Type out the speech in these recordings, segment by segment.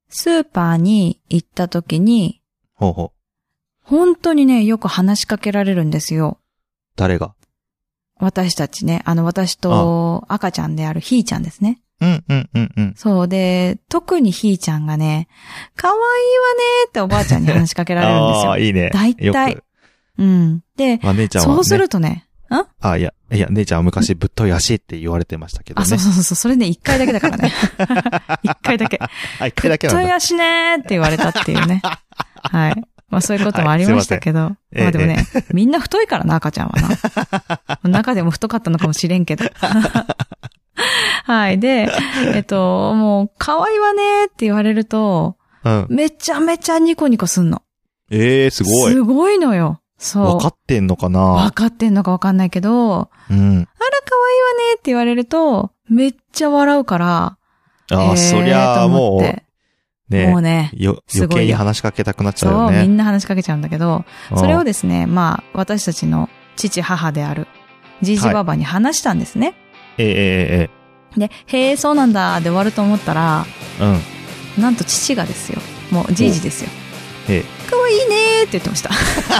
スーパーに行った時に、 ほうほう。 本当にね、よく話しかけられるんですよ。 誰が？ 私たちね、私と赤ちゃんであるひーちゃんですね。 うんうんうんうん。 そうで、特にひーちゃんがね、可愛いわねーっておばあちゃんに話しかけられるんですよ。 ああ、いいね。 大体。 よくうん。で、 まあ、姉ちゃんは、ね、 そうするとね、 いや、姉ちゃんは昔ぶっとい足って言われてましたけどね。 そう、それね、一回だけだからね。一回だけ。 一回だけなんだ。 ぶっとい足ねーって言われたっていうね。はい。まあそういうこともありましたけど。はい、まあでもね、みんな太いからな、赤ちゃんはな。中でも太かったのかもしれんけど。はい。で、もう、可愛いわねーって言われると、 うん、 めちゃめちゃニコニコすんの。 すごい。 すごいのよ。そう。 わかってんのかな？ わかってんのかわかんないけど、 うん。あら、可愛いわねって言われると、めっちゃ笑うから、 そりゃもう、ね、 もうね、 余計に話しかけたくなっちゃうよね。 そう、みんな話しかけちゃうんだけど、それをですね、まあ、私たちの父母である、じいじばばに話したんですね。で、そうなんだ、で終わると思ったら、なんと父がですよ、もうじいじですよ。かわいいねーって言ってました。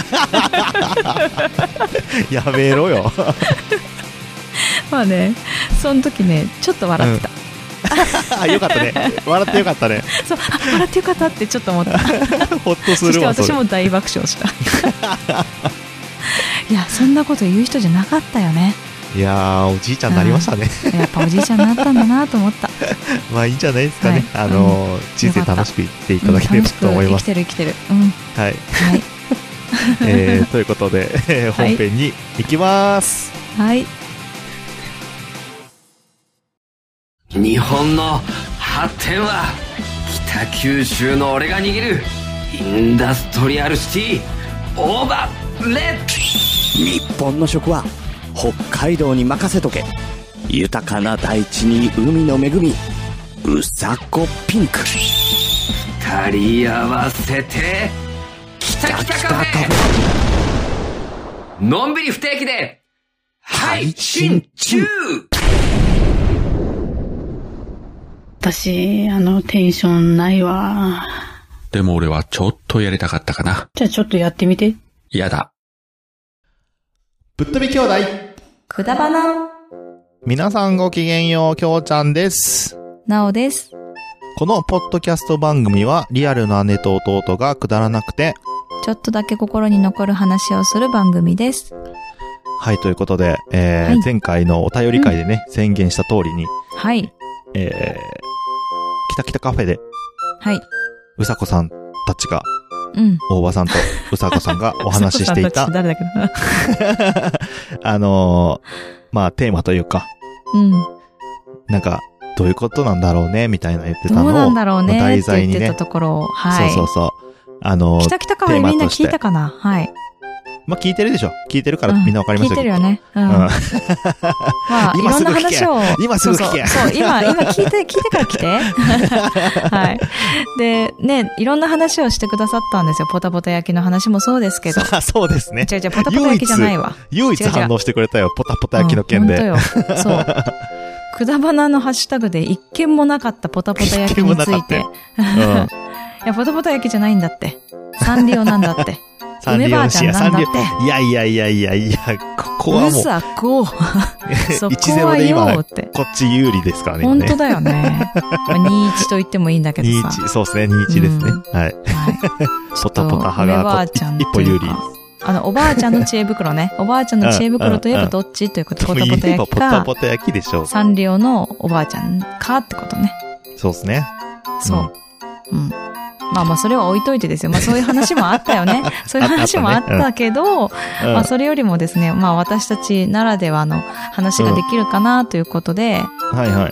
やめろよ。 まあね、その時ね、ちょっと笑ってた。 よかったね。笑ってよかったね。 そう、笑ってよかったってちょっと思った。 ほっとするわ。 そして私も大爆笑した。いや、そんなこと言う人じゃなかったよね。 いやー、おじいちゃんになりましたね。 やっぱおじいちゃんになったんだなと思った。 まあいいんじゃないですかね。人生楽しく生きていただければと思います。 生きてる。 はい。ということで、本編に行きます。 はい。 日本の発展は北九州の俺が握るインダストリアルシティオーバーレッド。 日本の食は北海道に任せとけ。豊かな大地に海の恵み、うさこピンク。 二人合わせて北カフェ。のんびり不定期で配信中。 私、テンションないわ。 でも俺はちょっとやりたかったかな。 じゃあちょっとやってみて。 やだ。 ぶっ飛び兄弟。 くだばな。 皆さんごきげんよう、きょうちゃんです。 なおです。 このポッドキャスト番組はリアルな姉と弟がくだらなくて、 ちょっとだけ心に残る話をする番組です。 はい、ということで、前回のお便り会でね、宣言した通りに、 はい。 キタキタカフェで、 はい。 うさこさんたちが、大場さんとうさこさんがお話ししていた、 誰だけどまあ、テーマというか、なんか、どういうことなんだろうね、みたいな言ってたのを、 どうなんだろうね、 題材にね、 って言ってたところを、はい。 そう。 キタキタカフェみんな聞いたかな？はい。 まあ、聞いてるでしょ。聞いてるからみんなわかりますよ。 聞いてるよね。まあ、いろんな話を。 今すぐ聞け。 そう、今聞いてから来て。はい。で、ね、いろんな話をしてくださったんですよ。ポタポタ焼きの話もそうですけど。 そうですね。 違う、ポタポタ焼きじゃないわ。 唯一反応してくれたよ。ポタポタ焼きの件で。 本当よ。そう。くだばなのハッシュタグで一件もなかったポタポタ焼きについて。いや、ポタポタ焼きじゃないんだって。サンリオなんだって。梅ばあちゃんなんだって。 いや、ここはもう。 うさこ。そこはよって。 こっち有利ですからね。 本当だよね。21と言ってもいいんだけどさ。 21、そうですね、21ですね。はい。ポタポタ派が一歩有利。 おばあちゃんの知恵袋ね。おばあちゃんの知恵袋といえばどっちということ。ポタポタ焼きか。 ポタポタ焼きでしょ。 サンリオのおばあちゃんかってことね。 そうですね。 そう。まあそれは置いといてですよ。まあそういう話もあったよね。そういう話もあったけど、まあそれよりもですね、まあ私たちならではの話ができるかなということで、はい。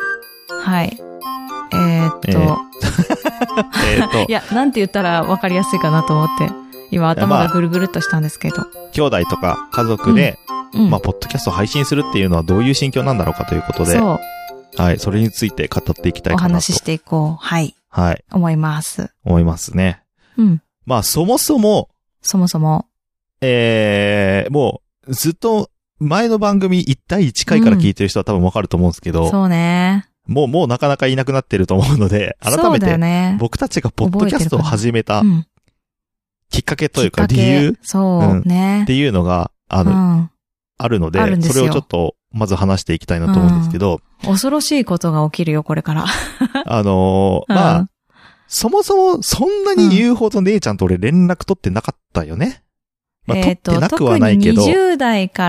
いや、なんて言ったら分かりやすいかなと思って、今頭がぐるぐるっとしたんですけど。 兄弟とか家族で、まあポッドキャストを配信するっていうのはどういう心境なんだろうかということで、はい、それについて語っていきたいかなと。お話ししていこう。はい。 はい。 思います。 思いますね。まあ、そもそも。もう、ずっと、前の番組1対1回から聞いてる人は多分わかると思うんですけど。 そうね。 もうなかなかいなくなってると思うので、改めて、僕たちがポッドキャストを始めたきっかけというか理由、 そうね、 っていうのが、あるので、それをちょっと、まず話していきたいなと思うんですけど。 恐ろしいことが起きるよ、これから。 まあ、そもそもそんなに言うほど姉ちゃんと俺連絡取ってなかったよね。まあ、取ってなくはないけど。 特に20代から、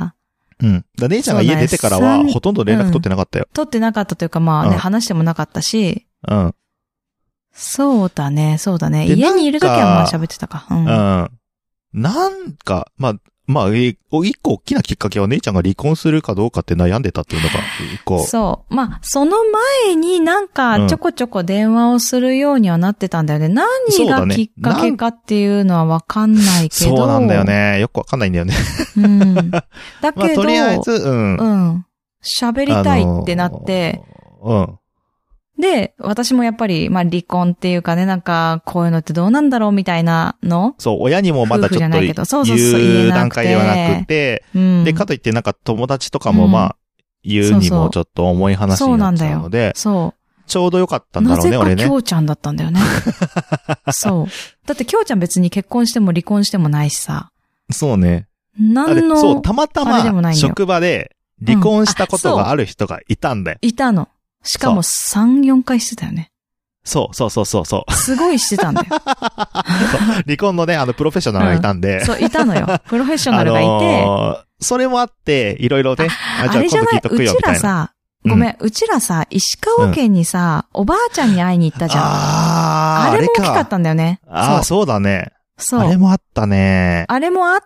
姉ちゃんが家出てからはほとんど連絡取ってなかったよ。 取ってなかったというかまあね、話してもなかったし。そうだね。家にいるときはまあ喋ってたか。 なんか、一個大きなきっかけは姉ちゃんが離婚するかどうかって悩んでたっていうのが一個。 そう。まあ、その前になんかちょこちょこ電話をするようにはなってたんだよね。何がきっかけかっていうのはわかんないけど。 そうなんだよね。よくわかんないんだよね。 だけど、 とりあえず、 喋りたいってなって、で、私もやっぱり、まあ離婚っていうかね、なんか、こういうのってどうなんだろうみたいなの。 そう、親にもまだちょっと言う段階ではなくて、で、かといってなんか友達とかもまあ、言うにもちょっと重い話になっちゃうので、ちょうどよかったんだろうね、俺ね。 なぜかきょうちゃんだったんだよね。そう。だってきょうちゃん別に結婚しても離婚してもないしさ。 そうね。 そう、 たまたま職場で離婚したことがある人がいたんだよ。 いたの。しかも3、4回してたよね。 そう。 すごいしてたんだよ。 離婚のね、プロフェッショナルがいたんで。 そう、いたのよ。プロフェッショナルがいて。 それもあって、いろいろね、 あれじゃない、うちらさ、ごめん、うちらさ、石川県にさ、おばあちゃんに会いに行ったじゃん。あれも大きかったんだよね。 そうだね。 そう。 あれもあったね。 あれもあって、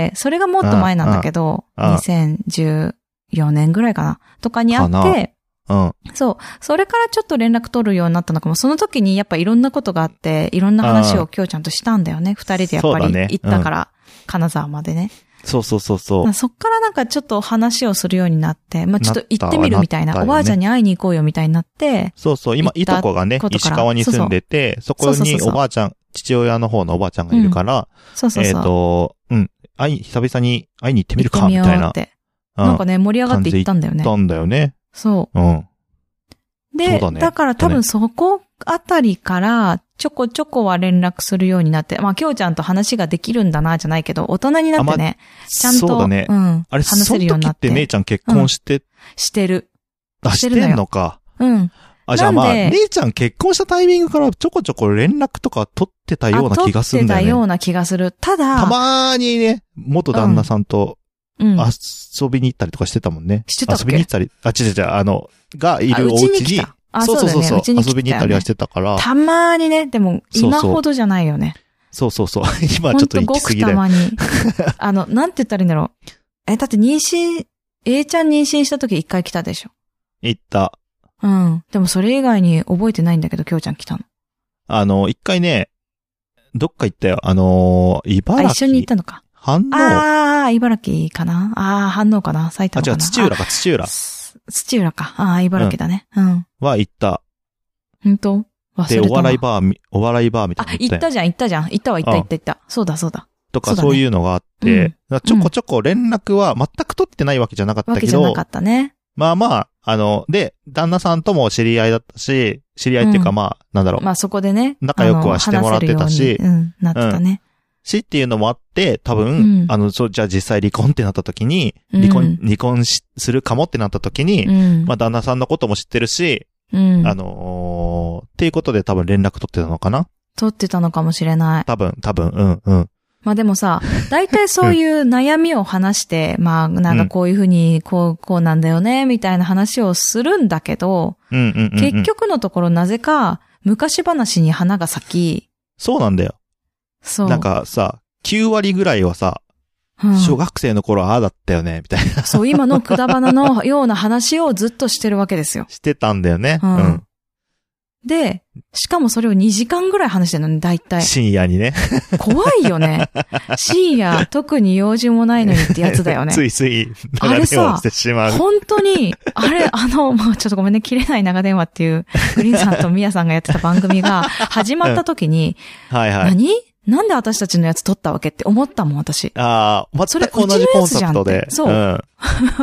それがもっと前なんだけど、2014年ぐらいかな。とかにあって、そう。それからちょっと連絡取るようになったのかも。その時にやっぱいろんなことがあって、いろんな話をきょうちゃんとしたんだよね。二人でやっぱり行ったから、金沢までね。 そう。そっからなんかちょっと話をするようになって、まあちょっと行ってみるみたいな、おばあちゃんに会いに行こうよみたいになって。 そう、今、いとこがね、石川に住んでて、そこにおばあちゃん、父親の方のおばあちゃんがいるから、久々に会いに行ってみるか、みたいな。 なんかね、盛り上がって行ったんだよね。 行ったんだよね。 そう。で、だから多分そこあたりからちょこちょこは連絡するようになって、まあきょうちゃんと話ができるんだなじゃないけど、大人になってね、ちゃんと、 そうだね。 話せるようになって。 その時って姉ちゃん結婚して、 してる。 してんのか。じゃあまあ、姉ちゃん結婚したタイミングからちょこちょこ連絡とか取ってたような気がするんだよね。 取ってたような気がする。ただ、 たまーにね、元旦那さんと、遊びに行ったりとかしてたもんね。 してたっけ？ 遊びに行ったり、がいるお家に、そう、遊びに行ったりはしてたから。 たまーにね、でも、今ほどじゃないよね。 そう。今ちょっと行き過ぎだよ。 ほんとごくたまに。なんて言ったらいいんだろう。だってA ちゃん妊娠した時一回来たでしょ。 行った。 でもそれ以外に覚えてないんだけど、きょうちゃん来たの。 一回ね、どっか行ったよ。茨城。 一緒に行ったのか。 飯能。 茨城かな。飯能かな。埼玉かな。 土浦か、土浦か。茨城だね。 は行った。 ほんと忘れた。 で、お笑いバーみたいな。 行ったじゃん。行ったわ。そうだ。 とかそういうのがあって、ちょこちょこ連絡は全く取ってないわけじゃなかったけど。わけじゃなかったね。 まあ、で、旦那さんとも知り合いだったし、知り合いっていうかなんだろう。 まあそこでね。 仲良くはしてもらってたし。 なってたね。 っていうのもあって、多分、じゃあ実際離婚ってなった時に、離婚するかもってなった時に、まあ旦那さんのことも知ってるし、っていうことで多分連絡取ってたのかな？ 取ってたのかもしれない。 多分、 まあでもさ、大体そういう悩みを話して、まあなんかこういうふうに、こうなんだよね、みたいな話をするんだけど、結局のところなぜか昔話に花が咲き、 そうなんだよ。 そう。 なんかさ、9割ぐらいはさ、小学生の頃はああだったよね、みたいな。 そう、今のくだばなのような話をずっとしてるわけですよ。 してたんだよね。 で、しかもそれを2時間ぐらい話してるのに、大体。 深夜にね。 怖いよね。深夜、特に用事もないのにってやつだよね。 つい流れをしてしまう。 本当に、まあちょっとごめんね、切れない長電話っていう、グリーンさんとミヤさんがやってた番組が始まった時に、なんで私たちのやつ撮ったわけって思ったもん、私。 全く同じコンセプトで。 そう。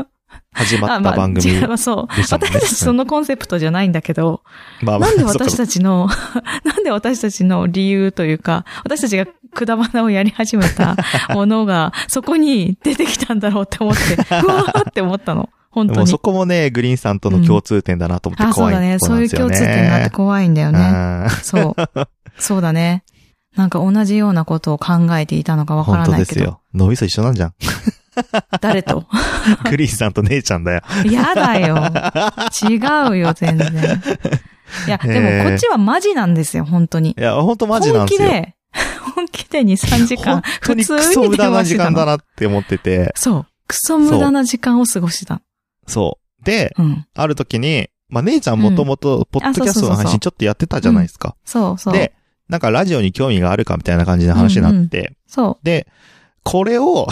始まった番組でしたもんね。 そう。私たちそのコンセプトじゃないんだけど、なんで私たちの理由というか、私たちがくだばなをやり始めたものが、そこに出てきたんだろうって思って、うわーって思ったの。本当に。 もうそこもね、グリーンさんとの共通点だなと思って怖い、ね。 そうだね。そういう共通点があって怖いんだよね。そう。そうだね。なんか同じようなことを考えていたのかわからないけど。 本当ですよ。脳みそ一緒なんじゃん。 誰とグリーンさんと姉ちゃんだよ。 やだよ。違うよ、全然。いや、でもこっちはマジなんですよ、本当に。 いや、本当マジなんですよ。 本気で2、3時間。 本当にクソ無駄な時間だなって思ってて。 そう。クソ無駄な時間を過ごしてた。 そう。で、ある時に、まあ、姉ちゃんもともと、ポッドキャストの配信ちょっとやってたじゃないですか。 そうそう。 で、なんかラジオに興味があるかみたいな感じの話になって。そう。で、これを、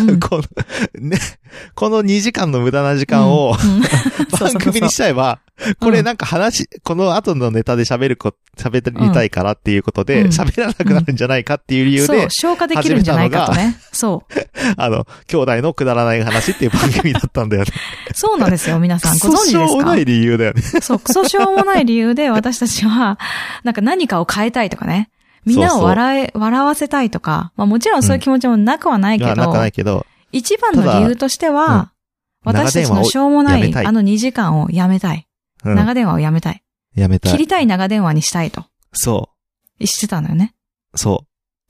この2時間の無駄な時間を、番組にしちゃえば、これなんかこの後のネタで喋りたいからっていうことで、喋らなくなるんじゃないかっていう理由で、 そう、消化できるんじゃないかとね。そう。 兄弟のくだらない話っていう番組だったんだよね。 そうなんですよ、皆さん。ご存知ですか？ クソしょうもない理由だよね。 そう、クソしょうもない理由で私たちは、なんか何かを変えたいとかね。みんなを笑わせたいとか、まあもちろんそういう気持ちもなくはないけど、 なくはないけど、 一番の理由としては、私たちのしょうもない2時間をやめたい。長電話をやめたい。 やめたい。 切りたい長電話にしたいと。 そう。 してたのよね。 そう。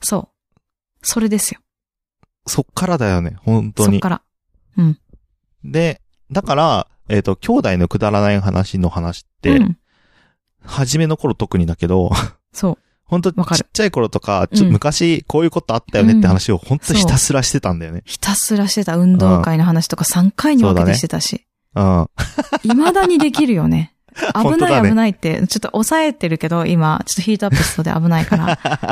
そう。それですよ。 そっからだよね、本当に。 そっから。うん。 で、だから、兄弟のくだらない話の話って、初めの頃特にだけど、 そう。 本当ちっちゃい頃とか、昔こういうことあったよねって話を本当ひたすらしてたんだよね。 ひたすらしてた。運動会の話とか3回に分けてしてたし。未だにできるよね。危ない危ないって、ちょっと抑えてるけど、今、ちょっとヒートアップしそうで危ないから。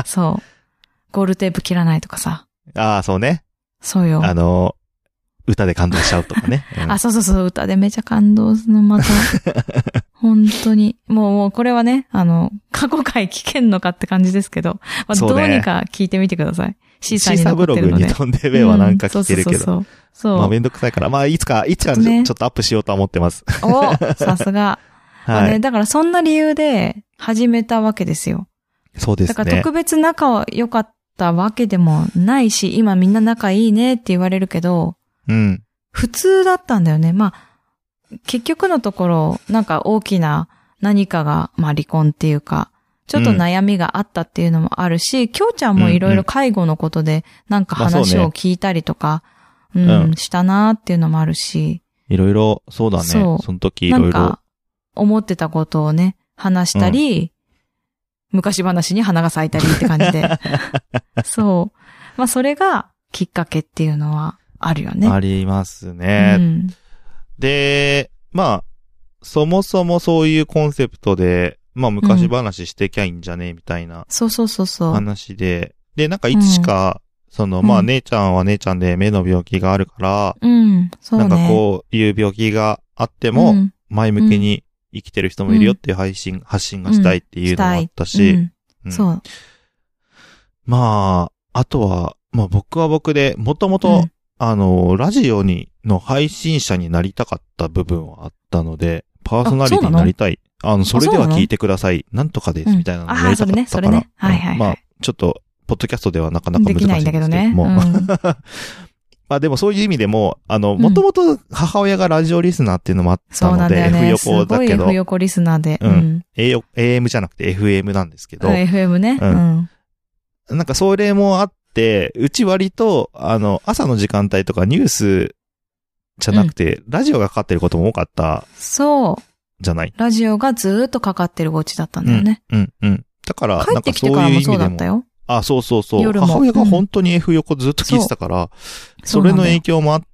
そう。ゴールテープ切らないとかさ。 ああ、そうね。 そうよ。 歌で感動しちゃうとかね。 そうそうそう、歌でめちゃ感動するの、また。本当に。もう、これはね、過去回聞けんのかって感じですけど、まあ、どうにか聞いてみてください。シーサーに残ってるので。 シーサーブログに飛んでべはなんか聞けるけど。 そう。 まあめんどくさいから。まあいつかちょっとアップしようとは思ってます。 お、さすが。はい。だからそんな理由で始めたわけですよ。 そうですね。 だから特別仲は良かったわけでもないし、今みんな仲いいねって言われるけど、普通だったんだよね。まあ、結局のところ、なんか大きな何かが、まあ離婚っていうか、ちょっと悩みがあったっていうのもあるし、きょうちゃんもいろいろ介護のことでなんか話を聞いたりとか、したなーっていうのもあるし。 いろいろ、そうだね。その時いろいろ。なんか、 思ってたことをね、話したり、昔話に花が咲いたりって感じで。そう。まあそれがきっかけっていうのはあるよね。 ありますね。で、まあ、そもそもそういうコンセプトで、まあ昔話してきゃいいんじゃねみたいな。 そうそうそうそう。 話で。で、なんかいつしか、まあ姉ちゃんは姉ちゃんで目の病気があるから、 そうね。 なんかこういう病気があっても、前向きに生きてる人もいるよっていう発信がしたいっていうのもあったし。 そう。 まあ、あとは、まあ僕は僕で、もともと、ラジオの配信者になりたかった部分はあったので、パーソナリティになりたい。それでは聞いてください。なんとかです。みたいなのをやりたかったから。 ね。はいはい。 まあ、ちょっと、ポッドキャストではなかなか難しいんですけども。できないんだけどね。まあでもそういう意味でも、もともと母親がラジオリスナーっていうのもあったので、F 横だけど。 すごい F 横リスナーで。 AM じゃなくて FM なんですけど。 FM ね。 なんかそれもあって、うち割と、朝の時間帯とかニュースじゃなくて、ラジオがかかってることも多かった。 そう。 じゃない。 ラジオがずーっとかかってるお家だったんだよね。 だから、 帰ってきてからもそうだったよ。 そうそうそう。母親が本当に F 横ずっと聞いてたから、それの影響もあって、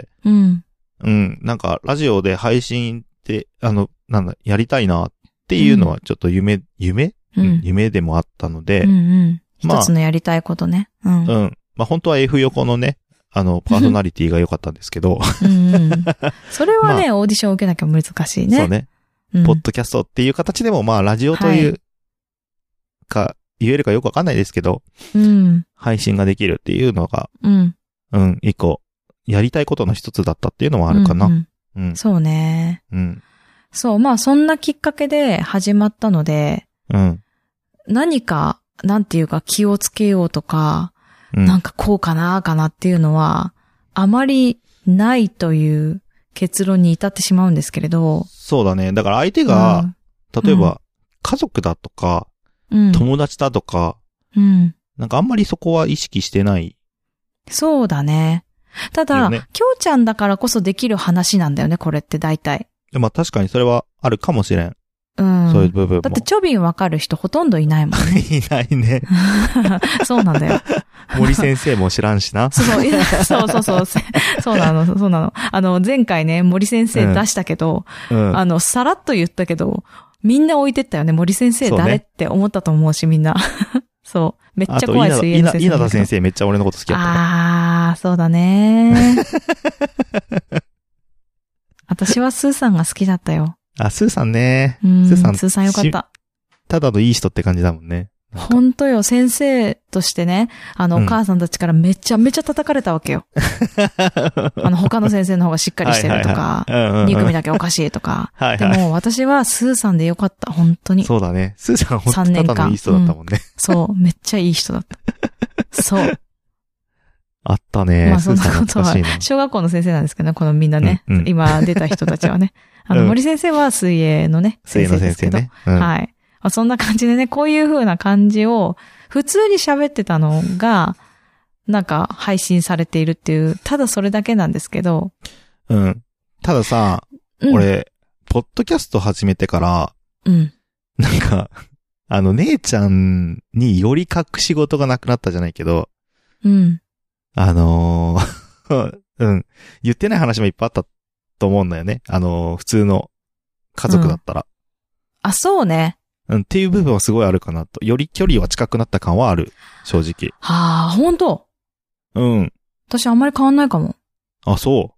なんかラジオで配信って、やりたいなっていうのはちょっと夢でもあったので、 一つのやりたいことね。 まあ本当は F 横のね、パーソナリティが良かったんですけど。 それはね、オーディションを受けなきゃ難しいね。 そうね。ポッドキャストっていう形でも、まあラジオという言えるかよくわかんないですけど、配信ができるっていうのが、一個、やりたいことの一つだったっていうのはあるかな。 うん。 そうね。 うん。 そう、まあそんなきっかけで始まったので、 うん。 何か、なんていうか気をつけようとか、 うん、 なんかこうかなっていうのは、あまりないという結論に至ってしまうんですけれど。 そうだね。だから相手が、例えば、家族だとか、友達だとか、なんかあんまりそこは意識してない。 そうだね。ただ、きょうちゃんだからこそできる話なんだよね、これって大体。 まあ確かにそれはあるかもしれん。 うん。 そういう部分も。 だってちょびんわかる人ほとんどいないもんね。 いないね。 そうなんだよ。 森先生も知らんしな。 そうなの。前回ね、森先生出したけど、さらっと言ったけど、みんな置いてったよね。森先生誰って思ったと思うし、みんな。そう。めっちゃ怖い水泳の先生。 稲田先生めっちゃ俺のこと好きだった。 あー、そうだね。私はスーさんが好きだったよ。 あ、スーさんね。 スーさんよかった。 ただのいい人って感じだもんね。 ほんとよ、先生としてね、お母さんたちからめちゃめちゃ叩かれたわけよ。他の先生の方がしっかりしてるとか、2組だけおかしいとか。でも私はスーさんでよかった、本当に。 そうだね。スーさん本当にただのいい人だったもんね。 そう、めっちゃいい人だった。そう。 あったね。 まあそんなことは、小学校の先生なんですけどね、このみんなね、今出た人たちはね。森先生は水泳のね、 先生ですけど。 はい。そんな感じでね、こういう風な感じを普通に喋ってたのが、なんか配信されているっていう、ただそれだけなんですけど。 うん。たださ、俺、ポッドキャスト始めてから、なんか、姉ちゃんにより隠し事がなくなったじゃないけど、言ってない話もいっぱいあったと思うんだよね。普通の家族だったら。 あ、そうね。 っていう部分はすごいあるかなと。より距離は近くなった感はある。正直。 はあ、ほんと？私あんまり変わんないかも。 あ、そう。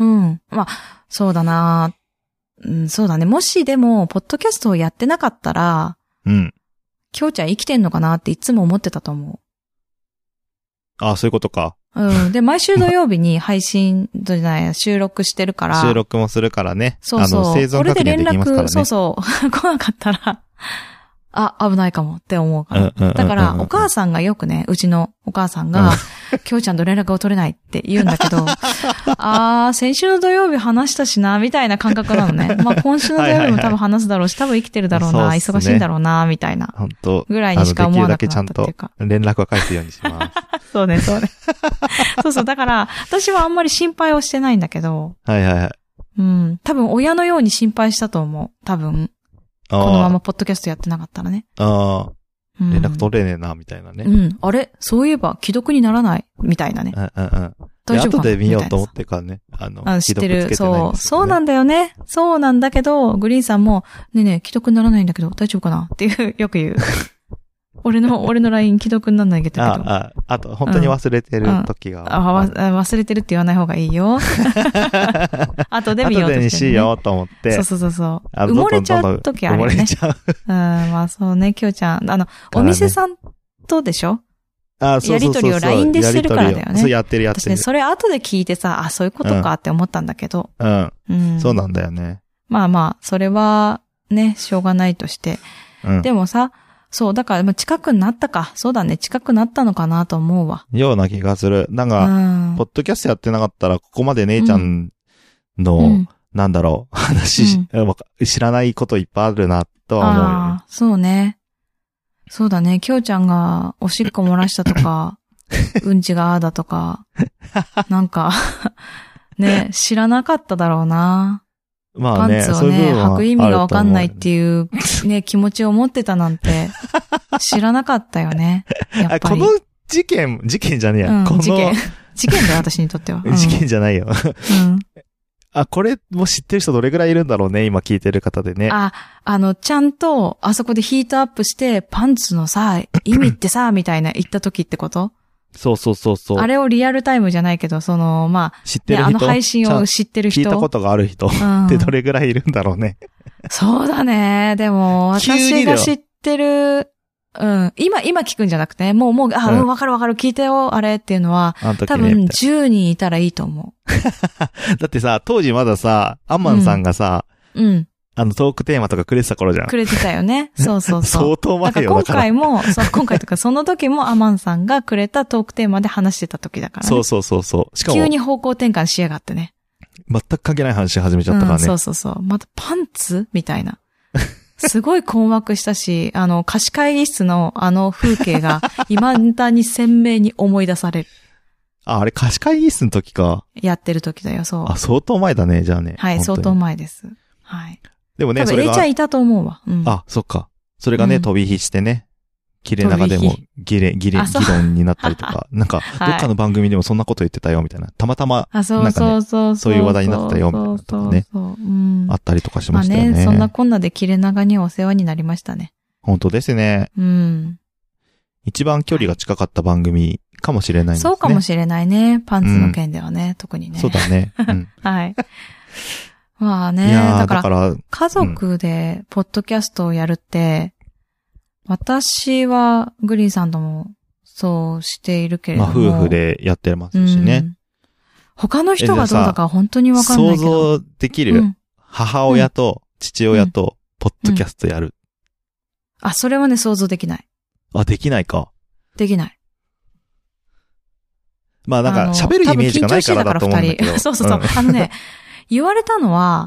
まあ、そうだな。そうだね。もしでも、ポッドキャストをやってなかったら、きょうちゃん生きてんのかなっていつも思ってたと思う。 あ、そういうことか。 で、毎週土曜日に配信じゃない、収録してるから。 収録もするからね。 そうそう。 生存確認できますからね。 そうそう。来なかったら、危ないかもって思うから。だから、お母さんがよくね、うちのお母さんが、きょうちゃんと連絡を取れないって言うんだけど、先週の土曜日話したしな、みたいな感覚なのね。まあ、今週の土曜日も多分話すだろうし、多分生きてるだろうな、忙しいんだろうな、みたいな。 本当ぐらいにしか思わなくなったっていうか。 できるだけちゃんと連絡は返すようにします。 そうね。そうそう。だから、私はあんまり心配をしてないんだけど。 はい。 多分親のように心配したと思う。多分。このままポッドキャストやってなかったらね。 連絡取れねえな、みたいなね。 あれそういえば、既読にならない、みたいなね。 大丈夫か後で見ようと思ってからね。 知ってる。そうなんだよね。そうなんだけど、グリーンさんも、ねえねえ、既読にならないんだけど、大丈夫かなっていう、よく言う。俺の LINE 既読にならないけど。 あと、本当に忘れてる時が。 忘れてるって言わない方がいいよ。後で見ようとして、ね。後でにしようと思って。 そう。埋もれちゃう時あるよね。 埋もれちゃう。 まあそうね、きょうちゃん。お店さんとでしょそうやりとりを LINE でしてるからだよね。 そう、やってる。 私ね、それ後で聞いてさ、そういうことかって思ったんだけど。 そうなんだよね。 まあ、それは、ね、しょうがないとして。でもさ、そう、だから、近くになったか。そうだね、近くなったのかなと思うわ。 ような気がする。なんか、ポッドキャストやってなかったら、ここまで姉ちゃんの、なんだろう、話、知らないこといっぱいあるな、とは思うよね。 そうね。そうだね、きょうちゃんがおしっこ漏らしたとか、うんちがだとか、なんか、ね、知らなかっただろうな。 まあね、 パンツをね、履く意味がわかんないっていうね、気持ちを持ってたなんて、知らなかったよね。やっぱり。 この事件じゃねえや。 事件だよ、私にとっては。 事件じゃないよ。これも知ってる人どれぐらいいるんだろうね、今聞いてる方でね。 ちゃんと、あそこでヒートアップして、パンツのさ、意味ってさ、みたいな言った時ってこと？ そう。 あれをリアルタイムじゃないけど、まあ、 知ってる人、 配信を知ってる人。 聞いたことがある人ってどれぐらいいるんだろうね。 そうだね。でも、私が知ってるうん。今聞くんじゃなくて、もう、わかる聞いてよ、あれっていうのは、多分10人いたらいいと思う。だってさ、当時まださ、アンマンさんがさ、トークテーマとかくれてた頃じゃん。 くれてたよね。そう。 相当前よ。 今回とかその時もアマンさんがくれたトークテーマで話してた時だからね。 そう。しかも。 急に方向転換しやがってね。 全く関係ない話始めちゃったからね。 そう。またパンツみたいな。すごい困惑したし、貸し会議室の風景が未だに鮮明に思い出される。 あれ貸し会議室の時か。 やってる時だよ、そう。 相当前だね、じゃあね。 はい、相当前です。はい。 でもね、 それが。A ちゃんいたと思うわ。 そっか。それがね、飛び火してね。切れ長でも議論になったりとか、なんか、どっかの番組でもそんなこと言ってたよ、みたいな。たまたま、なんかね、そういう話題になったよ、みたいなとかね。あったりとかしましたよね。 まあね、そんなこんなで切れ長にお世話になりましたね。 本当ですね。一番距離が近かった番組かもしれないですね。 そうかもしれないね。パンツの件ではね、特にね。 そうだね。 はい。まあね、だから、家族でポッドキャストをやるって、私はグリーンさんともそうしているけれども。 夫婦でやってますしね。 他の人がどうだか本当にわかんないけど。 想像できる、母親と父親とポッドキャストやる。 それはね、想像できない。 できないか。 できない。 まあなんか喋るイメージがないからだと思うんだけど。 そう。言われたのは、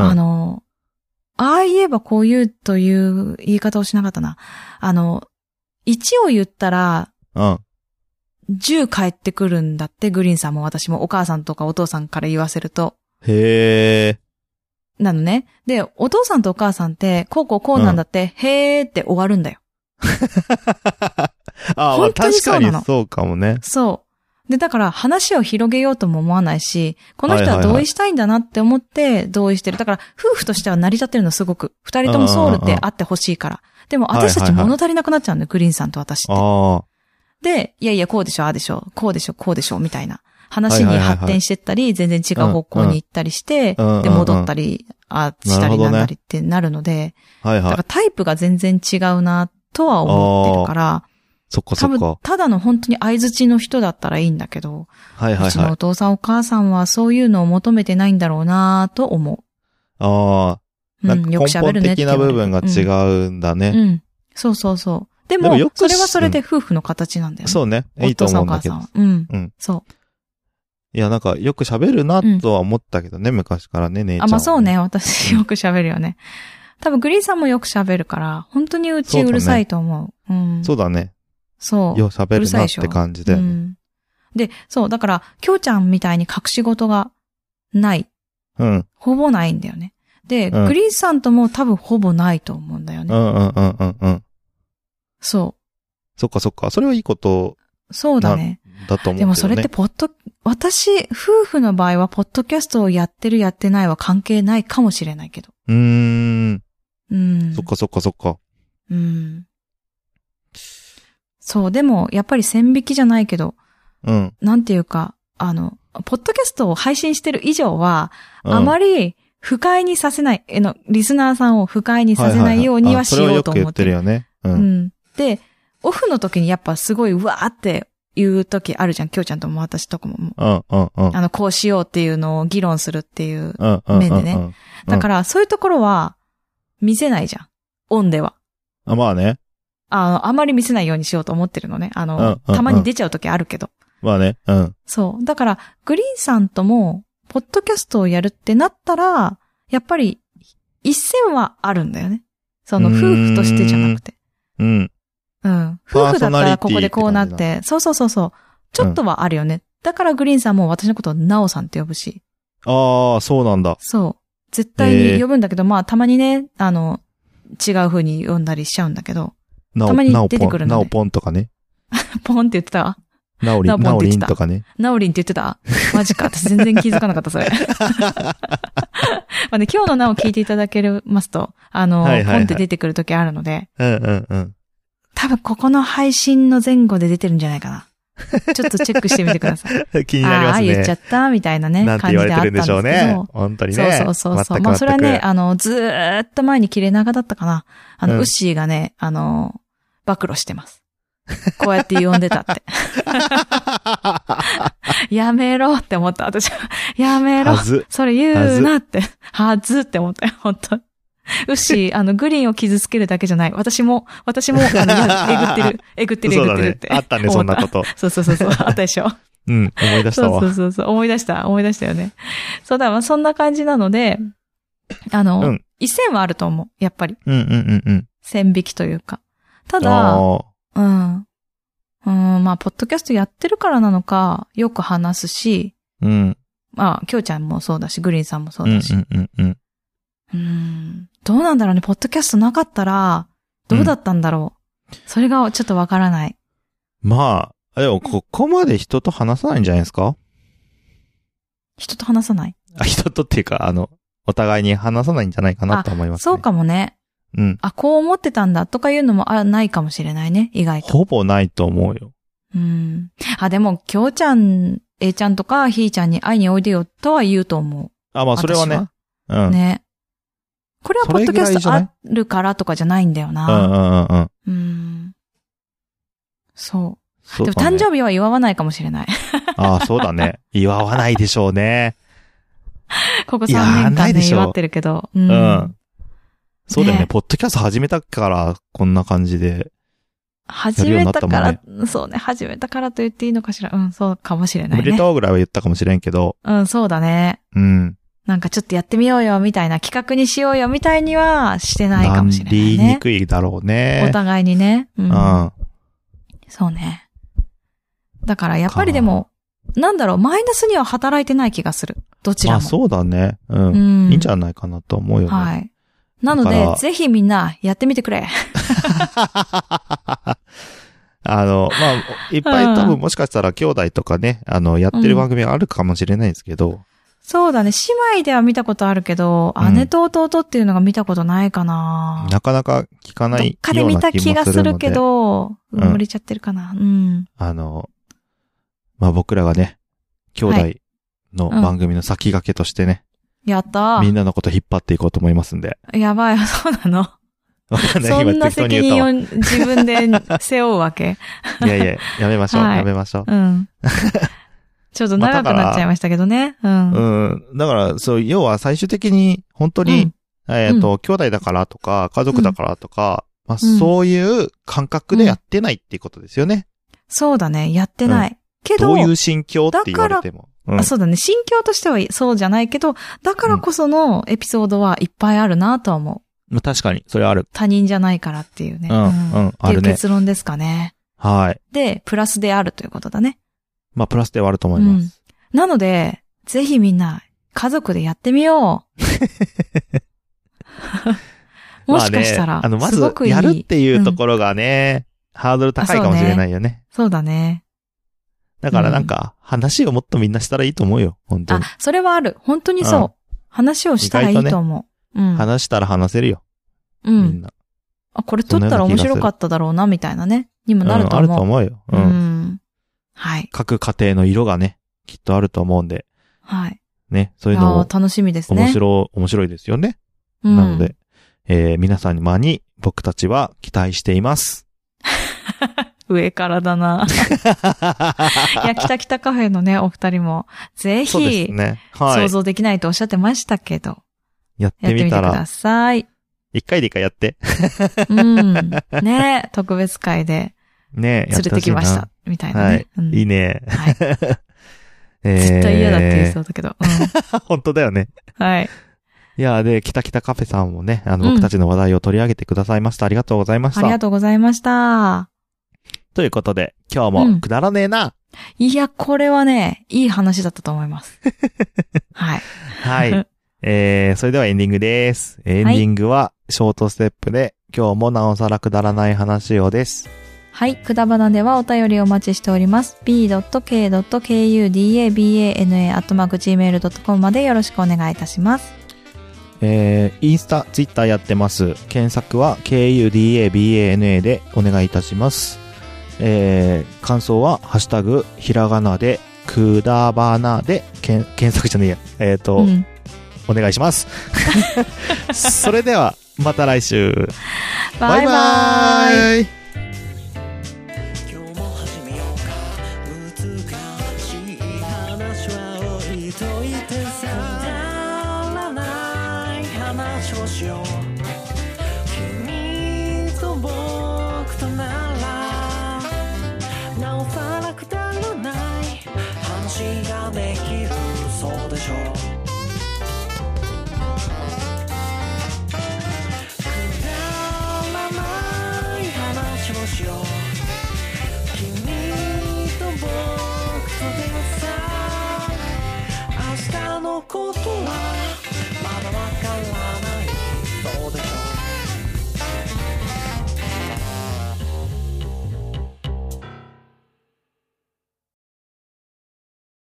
言えばこう言うという言い方をしなかったな。1を言ったら、10返ってくるんだって、グリーンさんも私もお母さんとかお父さんから言わせると。 へー。 なのね。で、お父さんとお母さんって、こうなんだって、へーって終わるんだよ。 本当にそうなの。確かにそうかもね。 そう。で、だから話を広げようとも思わないし、この人は同意したいんだなって思って同意してる。だから夫婦としては成り立ってるのすごく。二人ともソウルってあってほしいから。でも私たち物足りなくなっちゃうんだよ、グリーンさんと私って。で、いや、こうでしょ、でしょ、こうでしょ、みたいな話に発展してったり、全然違う方向に行ったりして、で、戻ったり、したりなんなりってなるので、だからタイプが全然違うな、とは思ってるから、 そっか。 多分、ただの本当に相槌の人だったらいいんだけど、うちのお父さんお母さんはそういうのを求めてないんだろうなと思う。 なんか根本的な部分が違うんだね。 そう。でも、それはそれで夫婦の形なんだよね。 そうね。いいと思うんだけど。 お父さんお母さんは。そう。 いや、なんかよく喋るなとは思ったけどね、昔からね、姉ちゃん。 まあそうね、私よく喋るよね。多分グリーンさんもよく喋るから、本当にうちうるさいと思う。 そうだね。 そう。 よ、喋るなって感じだよね。 で、そう、だから、きょうちゃんみたいに隠し事がない。ほぼないんだよね。で、グリーンさんとも多分ほぼないと思うんだよね。そう。 そっか。それはいいこと。 そうだね。 だと思う。 でもそれって私、夫婦の場合はポッドキャストをやってるやってないは関係ないかもしれないけど。そっか。そう、でも、やっぱり線引きじゃないけど、なんていうか、ポッドキャストを配信してる以上は、あまり不快にさせない、リスナーさんを不快にさせないようにはしようと思ってる。 それはよく言ってるよね。 で、オフの時にやっぱすごいうわーって言う時あるじゃん、きょうちゃんとも私とかも。こうしようっていうのを議論するっていう面でね。だから、そういうところは、見せないじゃん。オンでは。 まあね。 あまり見せないようにしようと思ってるのね。たまに出ちゃう時あるけど。 まあね。 そう。だから、グリーンさんとも、ポッドキャストをやるってなったら、やっぱり、一線はあるんだよね。その、夫婦としてじゃなくて。夫婦だったらここでこうなって、そう。ちょっとはあるよね。だからグリーンさんも私のことをナオさんって呼ぶし。 そうなんだ。 そう。絶対に呼ぶんだけど、まあ、たまにね、違う風に呼んだりしちゃうんだけど。たまに出てくるので。 ナオポンとかね。 ポンって言ってた？ ナオリンとかね。 ナオリンって言ってた？マジか。私全然気づかなかった、それ。まあね、今日のナオ聞いていただけますと、ポンって出てくる時あるので。多分ここの配信の前後で出てるんじゃないかな。ちょっとチェックしてみてください。 気になりますね。 言っちゃったみたいなね、 感じであったんですけど。なんて言われてるんでしょうね。本当にね。 そう。まあそれはね、ずーっと前に切れ長だったかな。ウッシーがね、 暴露してます。こうやって呼んでたって。やめろって思った、私は。やめろ。それ言うなって。はずって思ったよ、本当。うっし、グリーンを傷つけるだけじゃない。私も、えぐってるって。 あったね、そんなこと。 そう、あったでしょ。 うん、思い出したわ。 そう、思い出したよね。そうだ、まあ、そんな感じなので、一線はあると思う、やっぱり。線引きというか。ただ、まあ、ポッドキャストやってるからなのか、よく話すし、まあ、きょうちゃんもそうだし、グリーンさんもそうだし。どうなんだろうね、ポッドキャストなかったら、どうだったんだろう。それがちょっとわからない。 まあ、でも、ここまで人と話さないんじゃないですか？ 人と話さない？ 人とっていうか、お互いに話さないんじゃないかなと思いますね。 そうかもね。こう思ってたんだとかいうのもないかもしれないね、意外と。 ほぼないと思うよ。 でも、きょうちゃん、A ちゃんとかひーちゃんに会いにおいでよとは言うと思う。 まあ、それはね。 ね。これはポッドキャストあるからとかじゃないんだよな。そう。でも誕生日は祝わないかもしれない。 そうだね。祝わないでしょうね。 ここ3年間で祝ってるけど。 そうだよね。ポッドキャスト始めたから、こんな感じで。 始めたから、そうね。始めたからと言っていいのかしら。そうかもしれないね。 おめでとうぐらいは言ったかもしれんけど。 そうだね。なんかちょっとやってみようよみたいな、企画にしようよみたいにはしてないかもしれないね。 言いにくいだろうね。 お互いにね。そうね。だからやっぱりでも、なんだろう、マイナスには働いてない気がする。どちらも。 そうだね。いいんじゃないかなと思うよね。 はい。なので、ぜひみんなやってみてくれ。 まあ、いっぱい多分もしかしたら兄弟とかね、やってる番組があるかもしれないんですけど。 そうだね。姉妹では見たことあるけど、姉と弟っていうのが見たことないかな。 なかなか聞かないような気もするので。どっかで見た気がするけど、埋もれちゃってるかな。 まあ僕らがね、兄弟の番組の先駆けとしてね。 やったー。 みんなのこと引っ張っていこうと思いますんで。 やばい、そうなの？ わかんない。 そんな責任を自分で背負うわけ？ いや、やめましょう、やめましょう。 ちょっと長くなっちゃいましたけどね。だから、そう、要は最終的に、本当に、兄弟だからとか、家族だからとか、まあ、そういう感覚でやってないっていうことですよね。 そうだね、やってない。けど、 どういう心境って言われても。 そうだね、心境としてはそうじゃないけど、だからこそのエピソードはいっぱいあるなとは思う。確かに、それある。 他人じゃないからっていうね。あるね。っていう結論ですかね。 はい。 で、プラスであるということだね。 まあ、プラスではあると思います。 なので、ぜひみんな、家族でやってみよう。もしかしたら、 まず、やるっていうところがね、ハードル高いかもしれないよね。 そうだね。 だからなんか、話をもっとみんなしたらいいと思うよ、本当に。 それはある。本当にそう。話をしたらいいと思う。 話したら話せるよ。みんな。 これ撮ったら面白かっただろうな、みたいなね。にもなると思う。 あると思うよ。 はい。 各家庭の色がね、きっとあると思うんで。 はい。 ね、そういうのを。 楽しみですね。 面白いですよね。なので、皆様に僕たちは期待しています。 上からだな。いや、キタキタカフェのね、お二人も、ぜひ、そうですね。はい。想像できないとおっしゃってましたけど。 やってみたら。 やってみてください。 一回でいいかやって。 ね、特別会で。 ね、 連れてきました。みたいなね。 はい。いいね。はい。 絶対嫌だって言いそうだけど。 本当だよね。 はい。 いや、で、キタキタカフェさんもね、僕たちの話題を取り上げてくださいました。ありがとうございました。 ありがとうございました。 ということで、今日もくだらねえな。 いや、これはね、いい話だったと思います。はい。 はい。それではエンディングです。エンディングは、ショートステップで、今日もなおさらくだらない話をです。 はい。くだばなではお便りお待ちしております。b.k.kudabana@gmail.com までよろしくお願いいたします。 インスタ、ツイッターやってます。検索は KUDABANA でお願いいたします。感想は、ハッシュタグ、ひらがなで、くだばなで、検索じゃねえや。お願いします。それでは、また来週。 バイバーイ。 しょう。